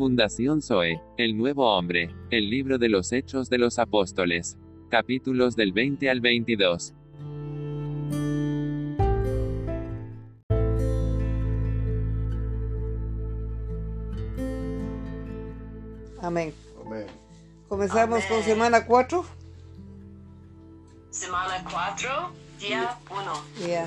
Fundación Zoe, El Nuevo Hombre, el libro de los Hechos de los Apóstoles. Capítulos del 20 al 22. Amén. Amén. Comenzamos con Amén. semana 4. Semana 4, día 1. Ya.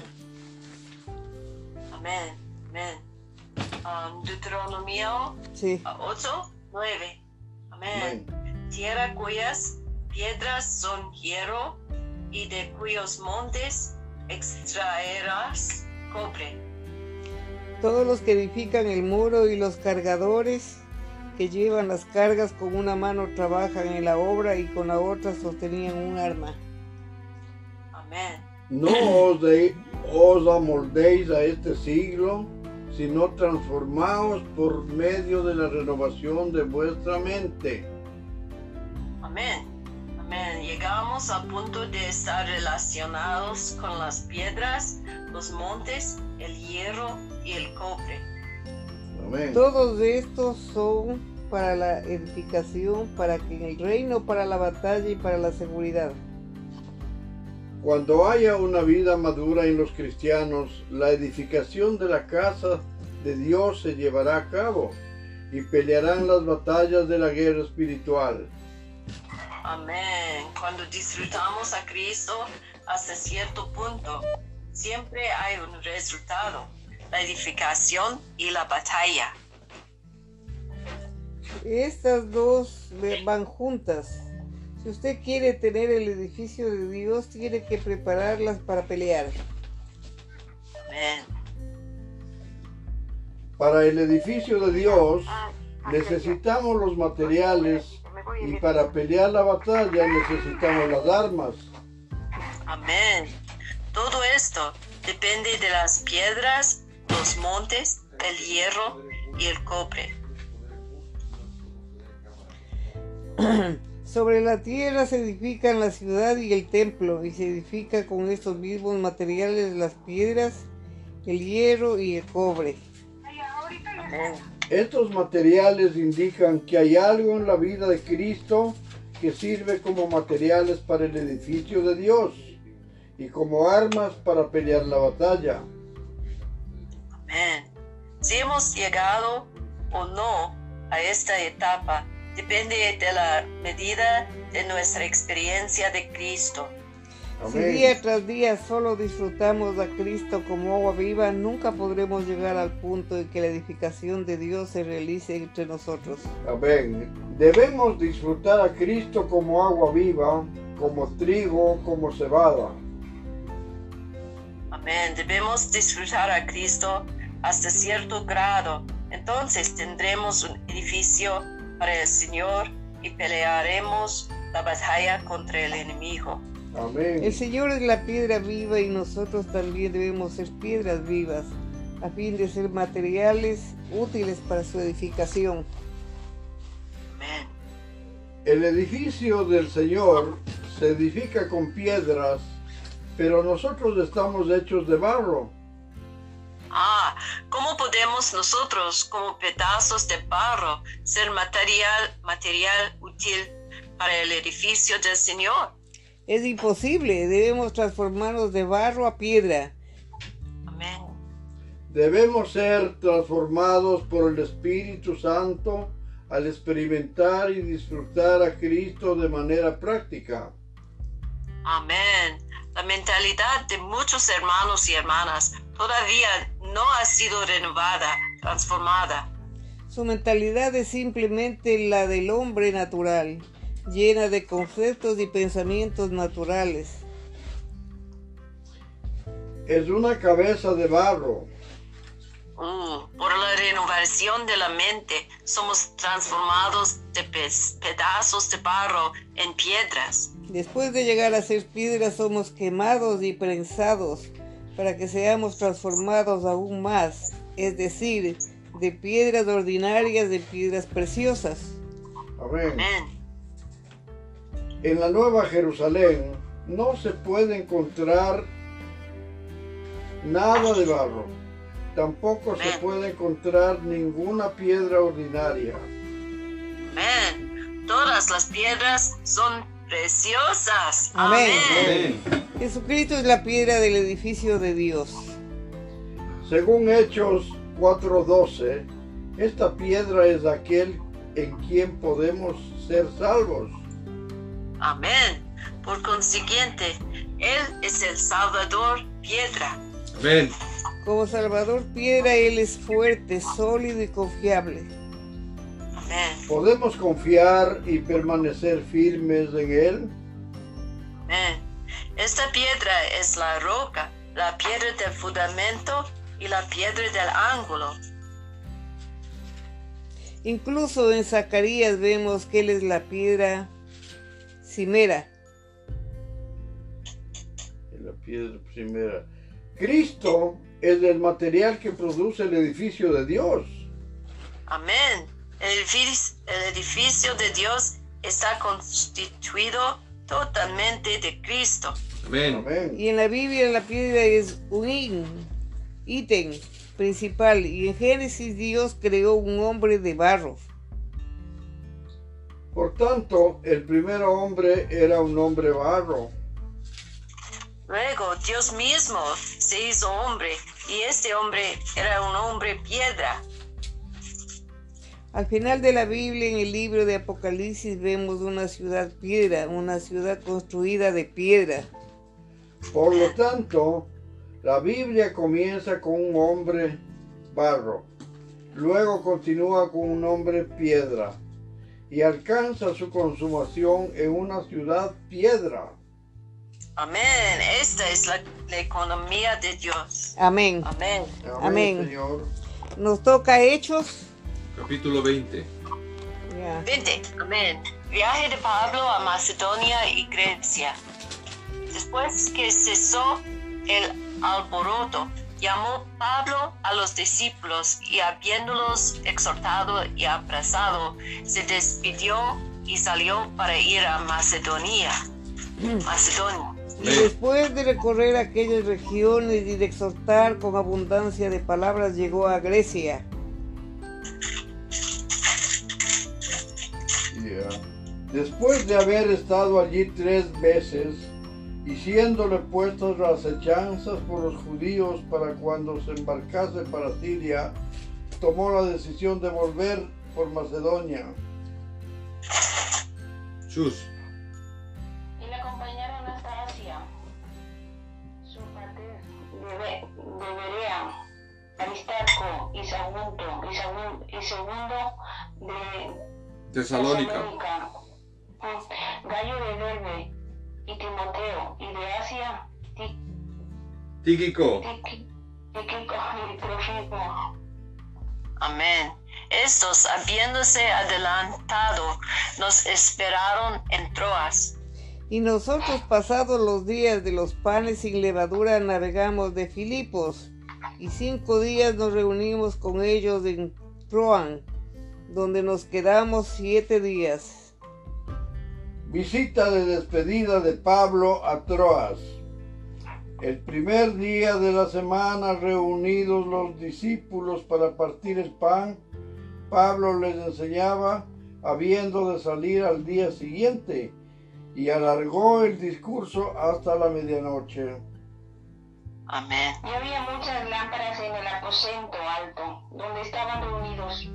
Amén. Amén. Deuteronomio Sí. 8, 9. Amén. Amén. Tierra cuyas piedras son hierro y de cuyos montes extraerás cobre. Todos los que edifican el muro y los cargadores que llevan las cargas con una mano trabajan en la obra y con la otra sostenían un arma. Amén. No os amoldéis a este siglo, sino transformaos por medio de la renovación de vuestra mente. Amén. Amén. Llegamos al punto de estar relacionados con las piedras, los montes, el hierro y el cobre. Amén. Todos estos son para la edificación, para que en el reino, para la batalla y para la seguridad. Cuando haya una vida madura en los cristianos, la edificación de la casa de Dios se llevará a cabo y pelearán las batallas de la guerra espiritual. Amén. Cuando disfrutamos a Cristo hasta cierto punto, siempre hay un resultado, la edificación y la batalla. Estas dos van juntas. Si usted quiere tener el edificio de Dios, tiene que prepararlas para pelear. Amén. Para el edificio de Dios necesitamos los materiales y para pelear la batalla necesitamos las armas. Amén. Todo esto depende de las piedras, los montes, el hierro y el cobre. Sobre la tierra se edifican la ciudad y el templo, y se edifica con estos mismos materiales las piedras, el hierro y el cobre. Amén. Estos materiales indican que hay algo en la vida de Cristo que sirve como materiales para el edificio de Dios y como armas para pelear la batalla. Amén. Si hemos llegado o no a esta etapa, depende de la medida de nuestra experiencia de Cristo. Si Amén. día tras día solo disfrutamos a Cristo como agua viva, nunca podremos llegar al punto en que la edificación de Dios se realice entre nosotros. Amén. Debemos disfrutar a Cristo como agua viva, como trigo, como cebada. Amén. Debemos disfrutar a Cristo hasta cierto grado. Entonces tendremos un edificio para el Señor y pelearemos la batalla contra el enemigo. Amén. El Señor es la piedra viva y nosotros también debemos ser piedras vivas, a fin de ser materiales útiles para su edificación. Amén. El edificio del Señor se edifica con piedras, pero nosotros estamos hechos de barro. ¿Cómo podemos nosotros, como pedazos de barro, ser material útil para el edificio del Señor? Es imposible, debemos transformarnos de barro a piedra. Amén. Debemos ser transformados por el Espíritu Santo al experimentar y disfrutar a Cristo de manera práctica. Amén. La mentalidad de muchos hermanos y hermanas todavía no ha sido renovada, transformada. Su mentalidad es simplemente la del hombre natural, llena de conceptos y pensamientos naturales. Es una cabeza de barro. Por la renovación de la mente, somos transformados de pedazos de barro en piedras. Después de llegar a ser piedras, somos quemados y prensados para que seamos transformados aún más, es decir, de piedras ordinarias de piedras preciosas. Amén. Amén. En la Nueva Jerusalén no se puede encontrar nada de barro. Tampoco se puede encontrar ninguna piedra ordinaria. todas las piedras son preciosas. Amén. Amén. Jesucristo es la piedra del edificio de Dios. Según Hechos 4:12, esta piedra es aquel en quien podemos ser salvos. Amén. Por consiguiente, Él es el Salvador piedra. Amén. Como Salvador piedra, Él es fuerte, sólido y confiable. Amén. ¿Podemos confiar y permanecer firmes en Él? Amén. Esta piedra es la roca, la piedra del fundamento y la piedra del ángulo. Incluso en Zacarías vemos que Él es la piedra cimera. En la piedra primera. Cristo es el material que produce el edificio de Dios. Amén. El edificio de Dios está constituido totalmente de Cristo. Amén. Amén. Y en la Biblia la piedra es un ítem principal. Y en Génesis Dios creó un hombre de barro. Por tanto, el primer hombre era un hombre barro. Luego Dios mismo se hizo hombre y este hombre era un hombre piedra. Al final de la Biblia, en el libro de Apocalipsis, vemos una ciudad piedra, una ciudad construida de piedra. Por lo tanto, la Biblia comienza con un hombre barro, luego continúa con un hombre piedra y alcanza su consumación en una ciudad piedra. Amén. Esta es la economía de Dios. Amén. Amén. Amén. Señor. Nos toca Hechos. Capítulo 20. Ya. 20. Amén. Viaje de Pablo a Macedonia y Grecia. Después que cesó el alboroto, llamó Pablo a los discípulos y habiéndolos exhortado y abrazado, se despidió y salió para ir a Macedonia. Y después de recorrer aquellas regiones y de exhortar con abundancia de palabras, llegó a Grecia. Después de haber estado allí 3 veces y siéndole puestas las hechanzas por los judíos para cuando se embarcase para Siria, tomó la decisión de volver por Macedonia. Chus. Y le acompañaron hasta Asia. Su padre de Berea, Aristarco y segundo de Tesalónica. Gallo de Derbe y Timoteo, y de Asia Tíquico. Tíquico y Trófimo. Amén. Estos, habiéndose adelantado, nos esperaron en Troas. Y nosotros, pasados los días de los panes sin levadura, navegamos de Filipos, y 5 días nos reunimos con ellos en Troas, donde nos quedamos 7 días. Visita de despedida de Pablo a Troas. El primer día de la semana, reunidos los discípulos para partir el pan, Pablo les enseñaba, habiendo de salir al día siguiente, y alargó el discurso hasta la medianoche. Amén. Y había muchas lámparas en el aposento alto, donde estaban reunidos.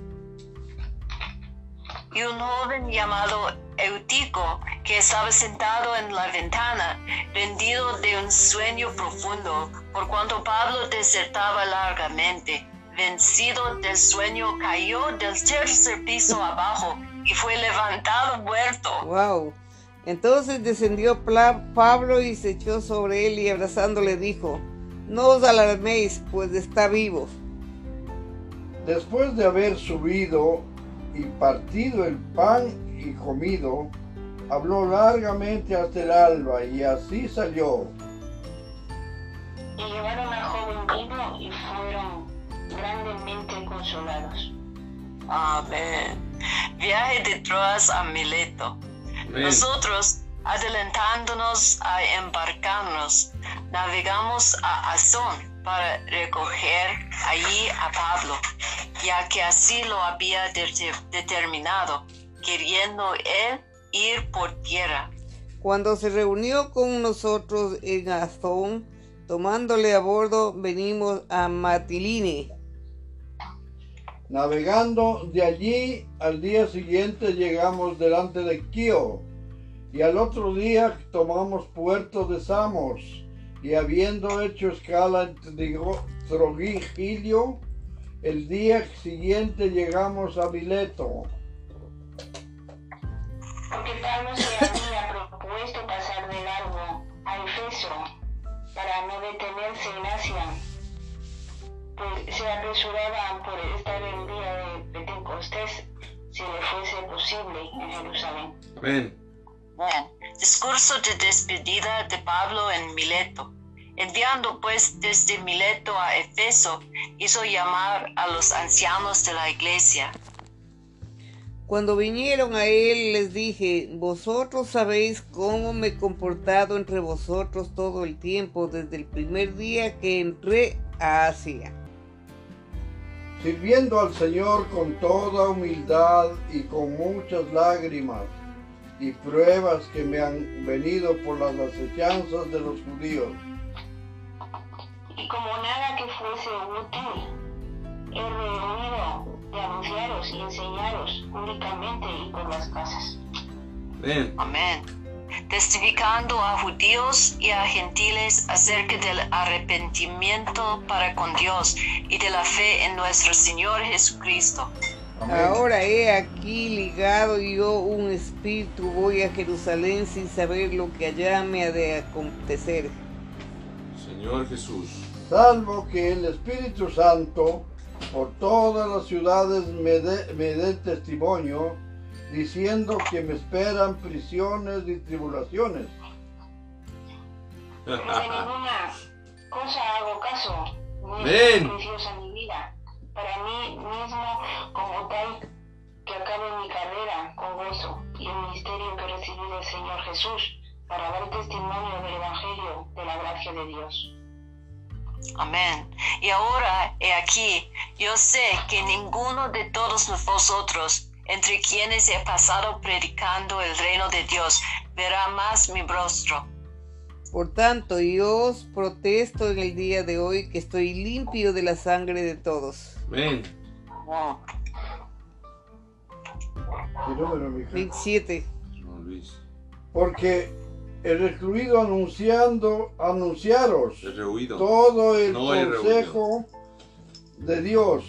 Y un joven llamado Eutico, que estaba sentado en la ventana, rendido de un sueño profundo, por cuanto Pablo disertaba largamente, vencido del sueño, cayó del 3er piso abajo y fue levantado muerto. ¡Wow! Entonces descendió Pablo y se echó sobre él y abrazándole dijo: no os alarméis, pues está vivo. Después de haber subido y partido el pan y comido, habló largamente hasta el alba, y así salió. Y llevaron al joven vivo y fueron grandemente consolados. Amén. Viaje de Troas a Mileto. Amén. Nosotros, adelantándonos a embarcarnos, navegamos a Asón para recoger allí a Pablo, ya que así lo había determinado, queriendo él ir por tierra. Cuando se reunió con nosotros en Azón, tomándole a bordo, venimos a Matiline. Navegando de allí, al día siguiente llegamos delante de Quío, y al otro día tomamos puerto de Samos, y habiendo hecho escala en Trogilio, el día siguiente llegamos a Mileto. Porque Pablo se había propuesto pasar de largo a Efeso para no detenerse en Asia, pues se apresuraba por estar el día de Pentecostés, si le fuese posible, en Jerusalén. Amén. Discurso de despedida de Pablo en Mileto. Enviando pues desde Mileto a Efeso, hizo llamar a los ancianos de la iglesia. Cuando vinieron a él, les dije: vosotros sabéis cómo me he comportado entre vosotros todo el tiempo, desde el primer día que entré a Asia, sirviendo al Señor con toda humildad y con muchas lágrimas y pruebas que me han venido por las acechanzas de los judíos. Y como nada que fuese útil, he rehuido de anunciaros y enseñaros únicamente y por las casas. Amén. Amén. Testificando a judíos y a gentiles acerca del arrepentimiento para con Dios y de la fe en nuestro Señor Jesucristo. Amén. ahora he aquí ligado yo un espíritu, voy a Jerusalén sin saber lo que allá me ha de acontecer. Señor Jesús. Salvo que el Espíritu Santo por todas las ciudades me dé testimonio, diciendo que me esperan prisiones y tribulaciones. Pero de ninguna cosa hago caso, ni Amén. es preciosa mi vida, para mí mismo como tal, que acabe mi carrera con gozo y el ministerio que recibí del Señor Jesús, para dar testimonio del Evangelio de la gracia de Dios. Amén. Y ahora, he aquí, yo sé que ninguno de todos vosotros, entre quienes he pasado predicando el reino de Dios, verá más mi rostro. Por tanto, yo os protesto en el día de hoy que estoy limpio de la sangre de todos. Amén. Oh. ¿Qué número, mija? 27. Don Luis. Porque he recluido anunciaros He rehuido. todo el No he consejo de Dios.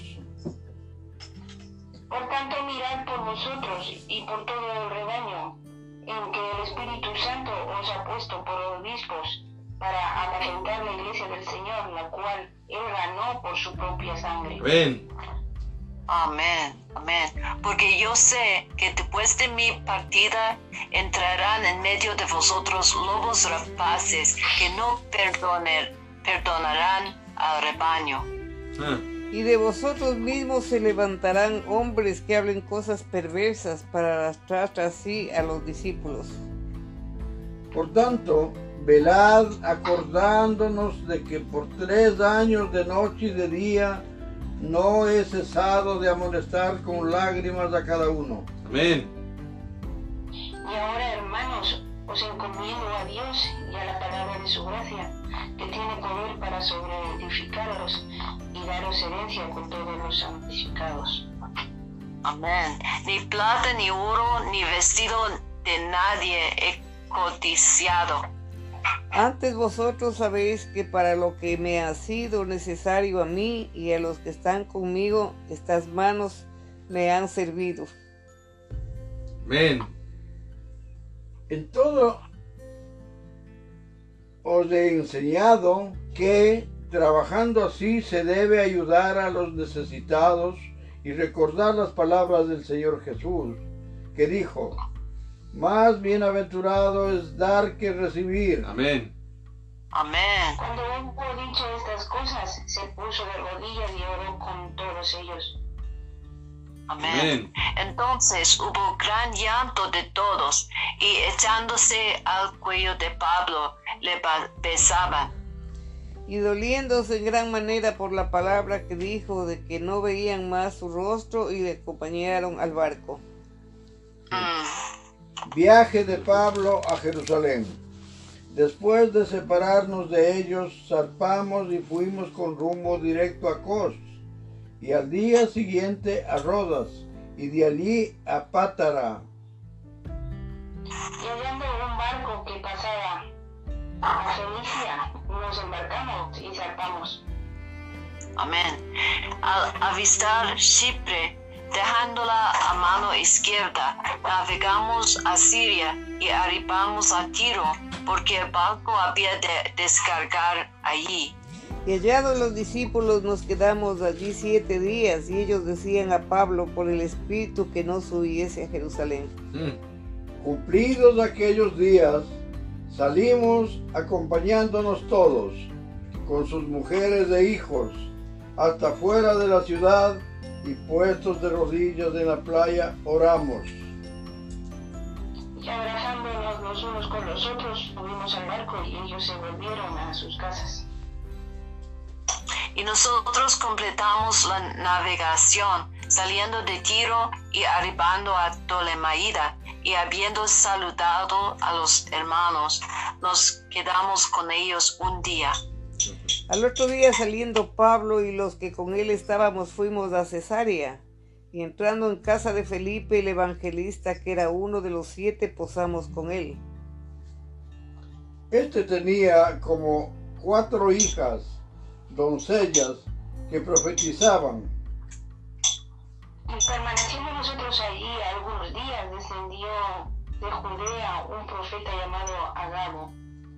Por tanto, mirad por vosotros y por todo el rebaño, en que el Espíritu Santo os ha puesto por obispos, para apacentar la iglesia del Señor, la cual Él ganó por su propia sangre. Amén. Amén, amén. Porque yo sé que después de mi partida entrarán en medio de vosotros lobos rapaces que no perdonarán al rebaño. Ah, Y de vosotros mismos se levantarán hombres que hablen cosas perversas para arrastrar tras sí a los discípulos. Por tanto, velad acordándonos de que por 3 años de noche y de día no he cesado de amonestar con lágrimas a cada uno. amén. Y ahora, hermanos, os encomiendo a Dios y a la palabra de su gracia, que tiene poder para sobreedificaros y daros herencia con todos los santificados. Amén. Ni plata, ni oro, ni vestido de nadie he codiciado. Antes vosotros sabéis que para lo que me ha sido necesario a mí y a los que están conmigo, estas manos me han servido. Amén. En todo os he enseñado que trabajando así se debe ayudar a los necesitados y recordar las palabras del Señor Jesús, que dijo: más bienaventurado es dar que recibir. Amén. Amén. Cuando hubo dicho estas cosas, se puso de rodillas y oró con todos ellos. Amén. Amén. Entonces hubo gran llanto de todos, y echándose al cuello de Pablo, le besaban. Y doliéndose en gran manera por la palabra que dijo, de que no veían más su rostro, y le acompañaron al barco. Viaje de Pablo a Jerusalén. Después de separarnos de ellos, zarpamos y fuimos con rumbo directo a Cos, y al día siguiente a Rodas, y de allí a Pátara. Y hallando un barco que pasaba a Fenicia, nos embarcamos y zarpamos. Amén. Al avistar Chipre, dejándola a mano izquierda, navegamos a Siria y arribamos a Tiro, porque el barco había de descargar allí. Y hallados los discípulos nos quedamos allí 7 días, y ellos decían a Pablo por el Espíritu que no subiese a Jerusalén. Cumplidos aquellos días, salimos acompañándonos todos, con sus mujeres e hijos, hasta fuera de la ciudad, y puestos de rodillas en la playa, oramos. Y abrazándonos los unos con los otros, subimos al barco y ellos se volvieron a sus casas. Y nosotros completamos la navegación, saliendo de Tiro y arribando a Ptolemaida, y habiendo saludado a los hermanos, nos quedamos con ellos un día. Al otro día, saliendo Pablo y los que con él estábamos, fuimos a Cesarea, y entrando en casa de Felipe el evangelista, que era uno de los 7, posamos con él. Este tenía como 4 hijas, doncellas, que profetizaban. Y permaneciendo nosotros allí algunos días, descendió de Judea un profeta llamado Agabo,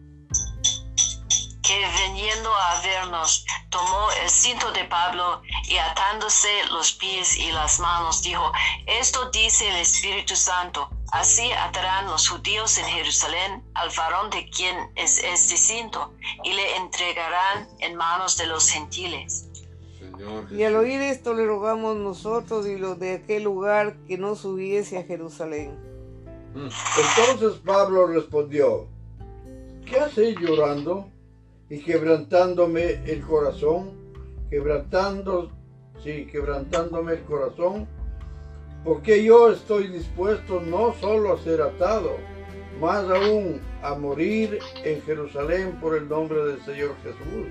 que viniendo a vernos, tomó el cinto de Pablo y atándose los pies y las manos, dijo: esto dice el Espíritu Santo, así atarán los judíos en Jerusalén al varón de quien es este cinto, y le entregarán en manos de los gentiles. Y al oír esto le rogamos nosotros y los de aquel lugar que no subiese a Jerusalén. Entonces Pablo respondió: ¿qué hacéis llorando y quebrantándome el corazón? Quebrantándome el corazón, porque yo estoy dispuesto no solo a ser atado, más aún a morir en Jerusalén por el nombre del Señor Jesús.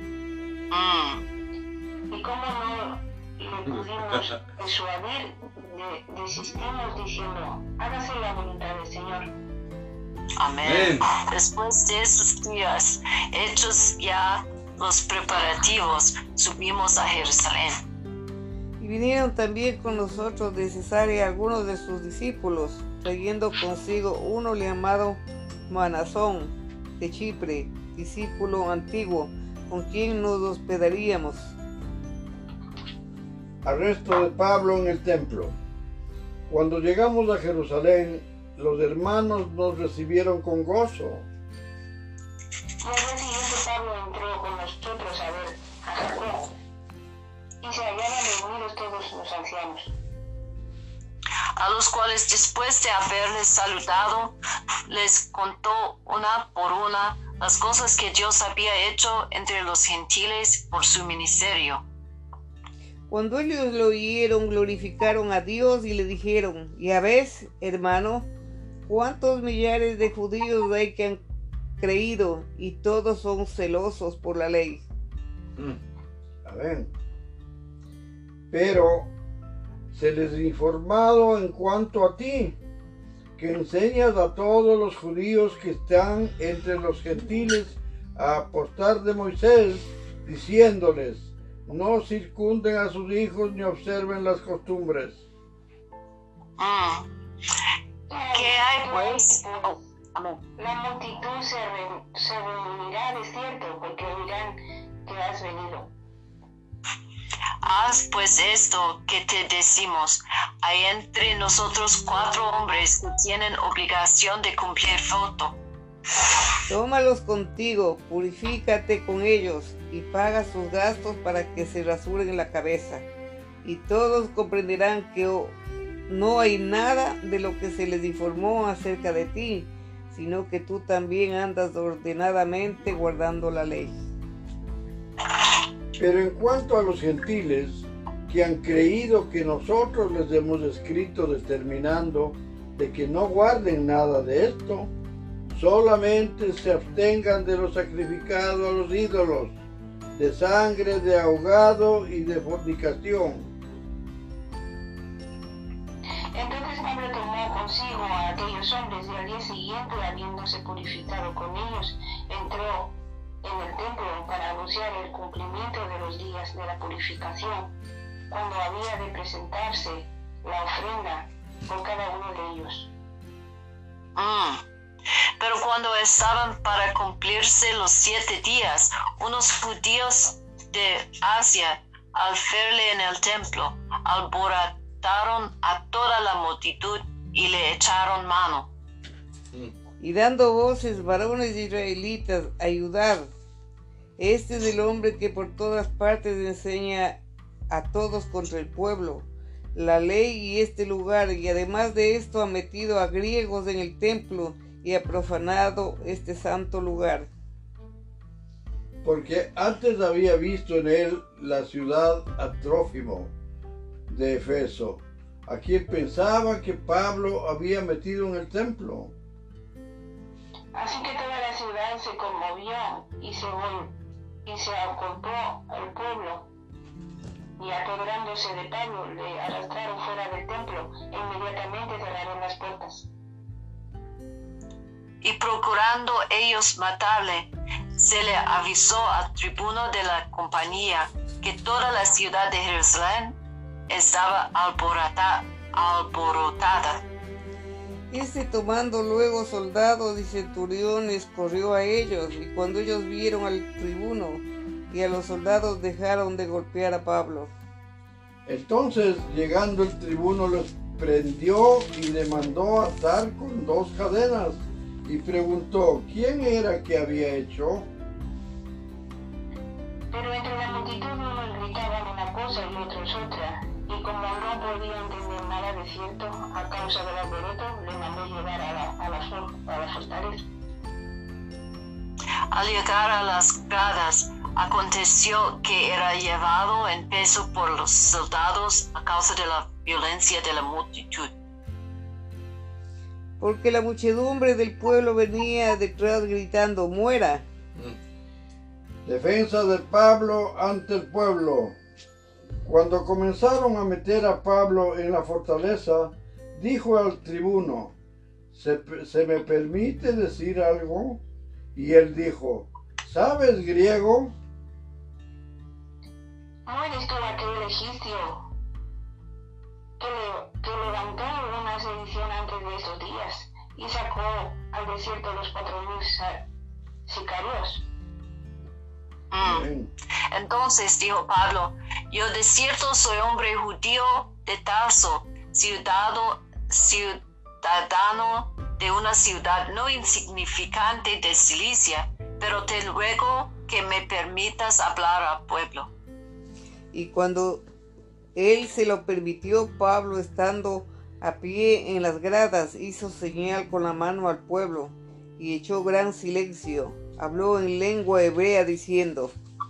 Y como no le pudimos persuadir, desistimos diciendo: hágase la voluntad del Señor. Amén. Después de esos días, hechos ya los preparativos, subimos a Jerusalén. Y vinieron también con nosotros de Cesarea algunos de sus discípulos, trayendo consigo uno llamado Manasón de Chipre, discípulo antiguo, con quien nos hospedaríamos. Arresto de Pablo en el templo. Cuando llegamos a Jerusalén, los hermanos nos recibieron con gozo. Y al día siguiente Pablo entró con nosotros a ver a Jacob, y se hallaban reunidos todos los ancianos. A los cuales, después de haberles saludado, les contó una por una las cosas que Dios había hecho entre los gentiles por su ministerio. Cuando ellos lo oyeron, glorificaron a Dios y le dijeron: ya ves, hermano, cuántos millares de judíos hay que han creído, y todos son celosos por la ley. Amén. Pero se les ha informado en cuanto a ti, que enseñas a todos los judíos que están entre los gentiles a apostar de Moisés, diciéndoles: no circunden a sus hijos ni observen las costumbres. ¿Qué hay pues? Amén. La multitud se reunirá de cierto, porque oirán que has venido. Haz pues esto que te decimos. Hay entre nosotros 4 hombres que tienen obligación de cumplir voto. Tómalos contigo, purifícate con ellos, y paga sus gastos para que se rasuren la cabeza. Y todos comprenderán que no hay nada de lo que se les informó acerca de ti, sino que tú también andas ordenadamente guardando la ley. Pero en cuanto a los gentiles, que han creído que nosotros les hemos escrito determinando de que no guarden nada de esto, solamente se abstengan de lo sacrificado a los ídolos, de sangre, de ahogado y de fornicación. Entonces Pablo tomó consigo a aquellos hombres y al día siguiente, habiéndose purificado con ellos, entró en el templo para anunciar el cumplimiento de los días de la purificación, cuando había de presentarse la ofrenda por cada uno de ellos. Pero cuando estaban para cumplirse los 7 días, unos judíos de Asia, al verle en el templo, alborotaron a toda la multitud y le echaron mano. Y dando voces, varones israelitas, ayudad. Este es el hombre que por todas partes enseña a todos contra el pueblo, la ley y este lugar, y además de esto ha metido a griegos en el templo y ha profanado este santo lugar. Porque antes había visto en él la ciudad a Trófimo de Efeso, a quien pensaba que Pablo había metido en el templo. Así que toda la ciudad se conmovió y se acolpó al pueblo, y apoderándose de Pablo le arrastraron fuera del templo e inmediatamente cerraron las puertas. Y procurando ellos matarle, se le avisó al tribuno de la compañía que toda la ciudad de Jerusalén estaba alborotada. Este, tomando luego soldados y centuriones, corrió a ellos, y cuando ellos vieron al tribuno y a los soldados, dejaron de golpear a Pablo. Entonces, llegando el tribuno, los prendió y le mandó atar con 2 cadenas, y preguntó quién era que había hecho. Pero entre la multitud unos gritaban una cosa y otros otra, y como no podía entender nada de cierto a causa del alboroto, le mandó llevar a la fortaleza. Al llegar a las gradas, aconteció que era llevado en peso por los soldados a causa de la violencia de la multitud. Porque la muchedumbre del pueblo venía detrás gritando: ¡muera! Defensa de Pablo ante el pueblo. Cuando comenzaron a meter a Pablo en la fortaleza, dijo al tribuno: ¿Se me permite decir algo? Y él dijo: ¿sabes griego? ¿No eres tú aquel egipcio que levantó una sedición antes de estos días y sacó al desierto los 4,000 sicarios? Entonces dijo Pablo: yo de cierto soy hombre judío de Tarso, ciudadano de una ciudad no insignificante de Cilicia, pero te ruego que me permitas hablar al pueblo. Y cuando él se lo permitió, Pablo, estando a pie en las gradas, hizo señal con la mano al pueblo, y echó gran silencio. Habló en lengua hebrea diciendo: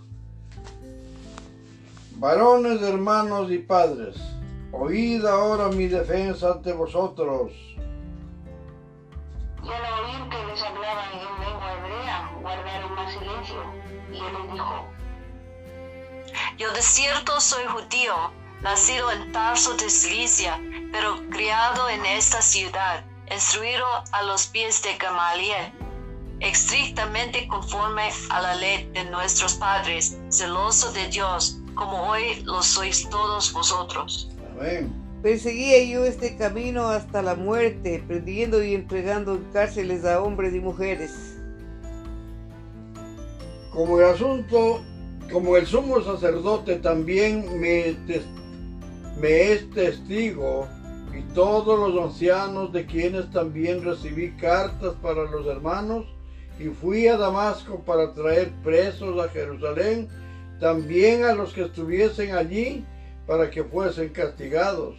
varones, hermanos y padres, oíd ahora mi defensa ante vosotros. Y al oír que les hablaban en lengua hebrea, guardaron más silencio. Y él les dijo: yo de cierto soy judío, nacido en Tarso de Cilicia, pero criado en esta ciudad, instruido a los pies de Gamaliel, estrictamente conforme a la ley de nuestros padres, celoso de Dios, como hoy lo sois todos vosotros. Amén. Perseguía yo este camino hasta la muerte, prendiendo y entregando en cárceles a hombres y mujeres. Como el sumo sacerdote también me es testigo, y todos los ancianos, de quienes también recibí cartas para los hermanos, y fui a Damasco para traer presos a Jerusalén, también a los que estuviesen allí, para que fuesen castigados.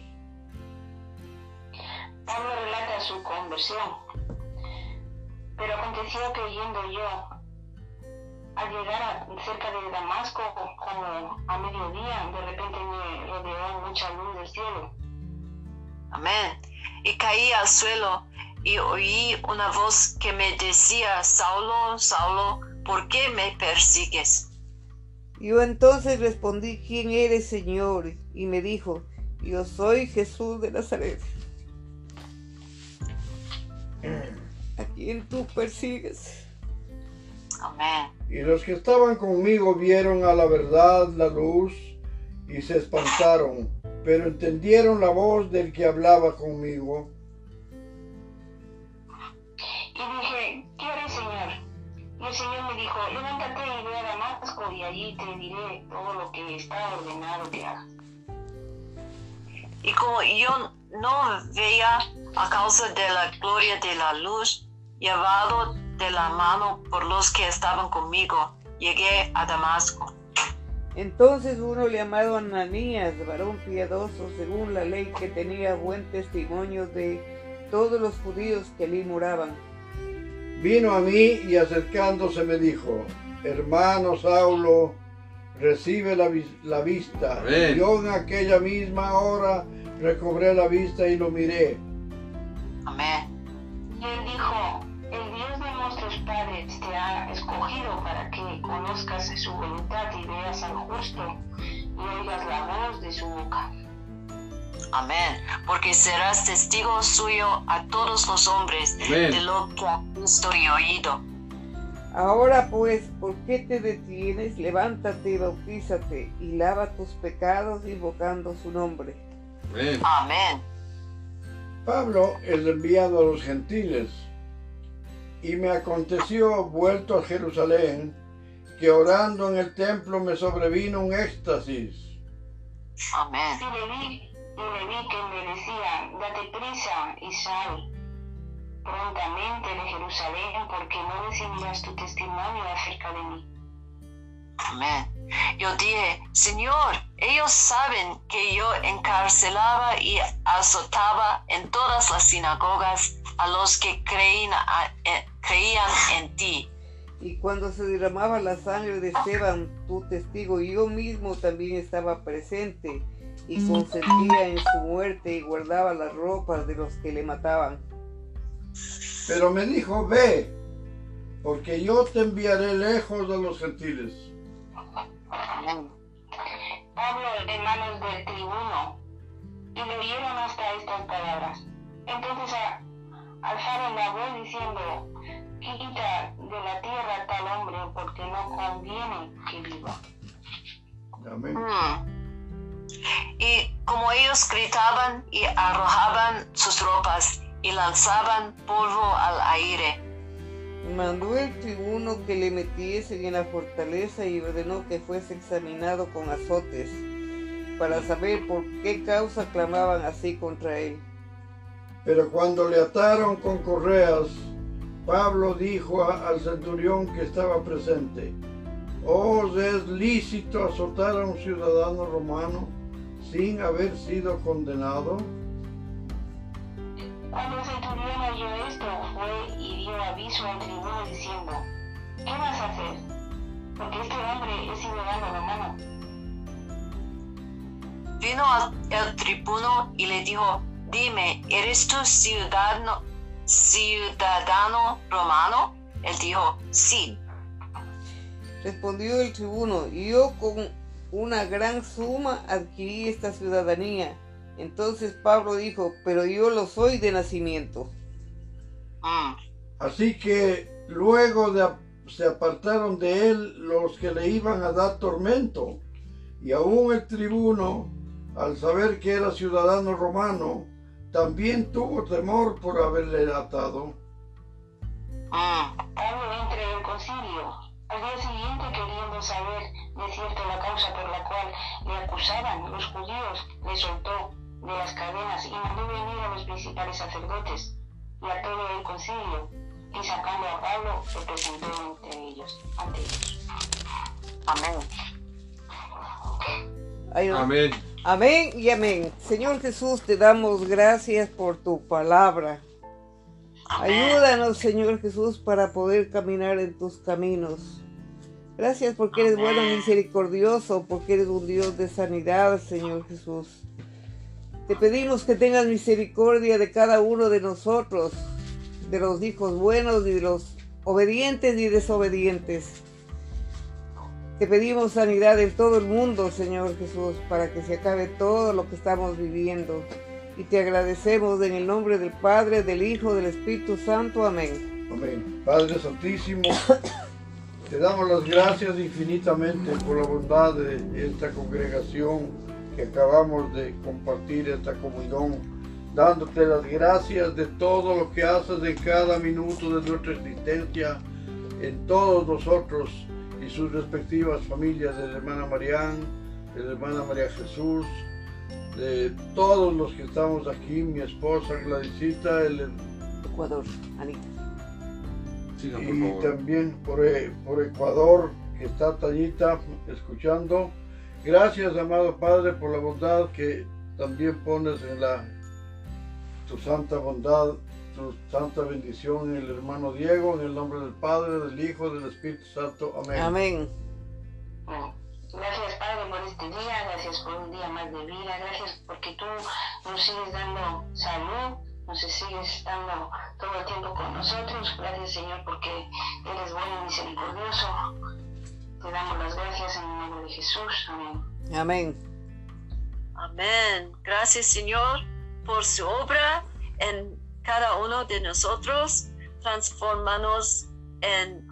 Pablo relata su conversión. Pero aconteció que yendo yo, al llegar cerca de Damasco, como a mediodía, de repente me rodeó mucha luz del cielo. Amén. y caí al suelo y oí una voz que me decía: Saulo, Saulo, ¿por qué me persigues? Yo entonces respondí: ¿Quién eres, Señor? Y me dijo: Yo soy Jesús de Nazaret, a quien tú persigues. Amén. Y los que estaban conmigo vieron a la verdad la luz y se espantaron, pero entendieron la voz del que hablaba conmigo. Y dije: ¿Qué haré, Señor? Y el Señor me dijo: levántate y ve a Damasco, y allí te diré todo lo que está ordenado que hagas. Y como yo no veía a causa de la gloria de la luz, llevado de la mano por los que estaban conmigo, llegué a Damasco. Entonces uno llamado Ananías, varón piadoso según la ley, que tenía buen testimonio de todos los judíos que allí moraban, Vino a mí y acercándose me dijo: hermano Saulo, recibe la vista. Amén. Yo en aquella misma hora recobré la vista y lo miré. Amén. Y él dijo: el Dios de nuestros padres te ha escogido para que conozcas su voluntad y veas al justo y oigas la voz de su boca. Amén. Porque serás testigo suyo a todos los hombres Amén. de lo que has visto y oído. Ahora pues, ¿por qué te detienes? Levántate y bautízate y lava tus pecados invocando su nombre. Amén. Amén. Pablo, el enviado a los gentiles. Y me aconteció, vuelto a Jerusalén, que orando en el templo me sobrevino un éxtasis. Amén. Y le vi que me decía: date prisa y sal prontamente de Jerusalén, porque no recibirás tu testimonio acerca de mí. Amén. Yo dije: Señor, ellos saben que yo encarcelaba y azotaba en todas las sinagogas a los que creían en ti. Y cuando se derramaba la sangre de Esteban, tu testigo, yo mismo también estaba presente y consentía en su muerte y guardaba las ropas de los que le mataban. Pero me dijo: ve, porque yo te enviaré lejos de los gentiles. Amén. Pablo en manos del tribuno, y le oyeron hasta estas palabras. Entonces alzaron la voz diciendo: quita de la tierra tal hombre, porque no conviene que viva. Amén. Y como ellos gritaban y arrojaban sus ropas y lanzaban polvo al aire, Mandó el tribuno que le metiesen en la fortaleza y ordenó que fuese examinado con azotes, para saber por qué causa clamaban así contra él. Pero cuando le ataron con correas, Pablo dijo al centurión que estaba presente: ¿os es lícito azotar a un ciudadano romano sin haber sido condenado? Cuando el centurión oyó esto, fue y dio aviso al tribuno diciendo: ¿qué vas a hacer? Porque este hombre es ciudadano romano. vino el tribuno y le dijo: dime, ¿eres tú ciudadano romano? Él dijo: sí. Respondió el tribuno: yo con una gran suma adquirí esta ciudadanía. Entonces Pablo dijo: pero yo lo soy de nacimiento. Así que luego se apartaron de él los que le iban a dar tormento, y aún el tribuno, al saber que era ciudadano romano, también tuvo temor por haberle atado. Pablo entra en el concilio. Al día siguiente, queriendo saber de cierto la causa por la cual le acusaban los judíos, le soltó de las cadenas y mandó venir a los principales sacerdotes y a todo el concilio, y sacando a Pablo, se presentó ante ellos. Amén. Amén. Amén y amén. Señor Jesús, te damos gracias por tu palabra. Ayúdanos, Señor Jesús, para poder caminar en tus caminos. Gracias porque eres bueno y misericordioso, porque eres un Dios de sanidad, Señor Jesús. Te pedimos que tengas misericordia de cada uno de nosotros, de los hijos buenos y de los obedientes y desobedientes. Te pedimos sanidad en todo el mundo, Señor Jesús, para que se acabe todo lo que estamos viviendo. Y te agradecemos en el nombre del Padre, del Hijo, del Espíritu Santo. Amén. Amén. Padre Santísimo, te damos las gracias infinitamente por la bondad de esta congregación que acabamos de compartir, esta comunión, dándote las gracias de todo lo que haces en cada minuto de nuestra existencia, en todos nosotros y sus respectivas familias, de la hermana Marián, de la hermana María Jesús, de todos los que estamos aquí, mi esposa Gladysita, Ecuador, Anita. Sigan, por y favor. también por Ecuador, que está Tañita escuchando. Gracias, amado Padre, por la bondad que también pones en tu santa bondad, tu santa bendición en el hermano Diego, en el nombre del Padre, del Hijo, del Espíritu Santo. Amén. Amén. Gracias, Padre, por este día, gracias por un día más de vida, gracias porque tú nos sigues dando salud, nos sigues dando todo el tiempo con nosotros. Gracias, Señor, porque eres bueno y misericordioso. Te damos las gracias en el nombre de Jesús. Amén. Amén. Amén. Gracias, Señor, por su obra en cada uno de nosotros. Transformanos en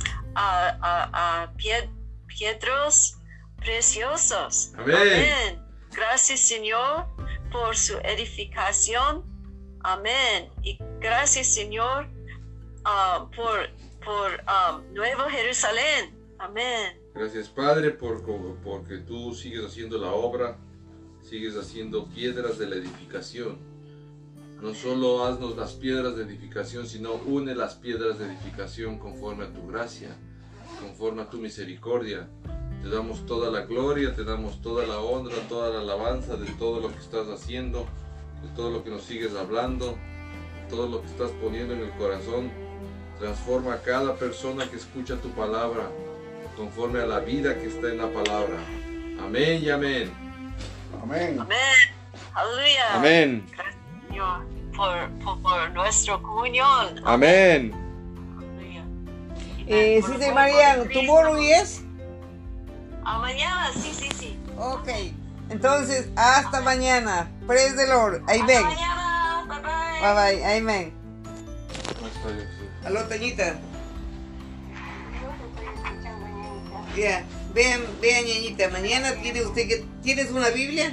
piedras preciosos. Amén. Amén. Gracias, Señor, por su edificación. Amén. Y gracias, Señor, por Nuevo Jerusalén. Amén. Gracias, Padre, porque tú sigues haciendo la obra, sigues haciendo piedras de la edificación. No solo haznos las piedras de edificación, sino une las piedras de edificación conforme a tu gracia, conforme a tu misericordia. Te damos toda la gloria, te damos toda la honra, toda la alabanza de todo lo que estás haciendo, de todo lo que nos sigues hablando, de todo lo que estás poniendo en el corazón. Transforma a cada persona que escucha tu palabra conforme a la vida que está en la palabra. Amén y amén. Amén. Amén. Aleluya. Amén. Gracias, Señor, por nuestra comunión. Amén. Aleluya. Sister Marian, ¿tomorrow yes? Mañana, sí. Ok. Entonces, hasta mañana. Praise the Lord. Amen. Mañana. Bye bye. Bye bye. Amen. Ahí está, ya, sí. Aló, Tañita. Ya. Vean, ñañita. Mañana tiene usted que... ¿Tienes una Biblia?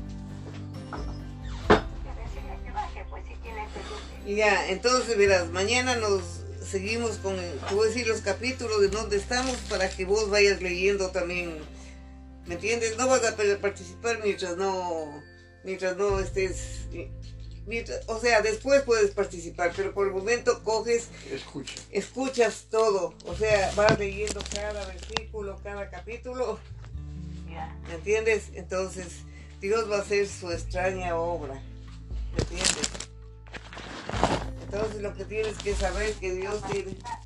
Ya, entonces verás, mañana nos seguimos con, te voy a decir los capítulos de donde estamos para que vos vayas leyendo también, ¿me entiendes? No vas a participar mientras no estés, o sea, después puedes participar, pero por el momento coges, escuchas todo, o sea, vas leyendo cada versículo, cada capítulo, ¿me entiendes? Entonces, Dios va a hacer su extraña obra, ¿me entiendes? Entonces lo que tienes que saber es que Dios tiene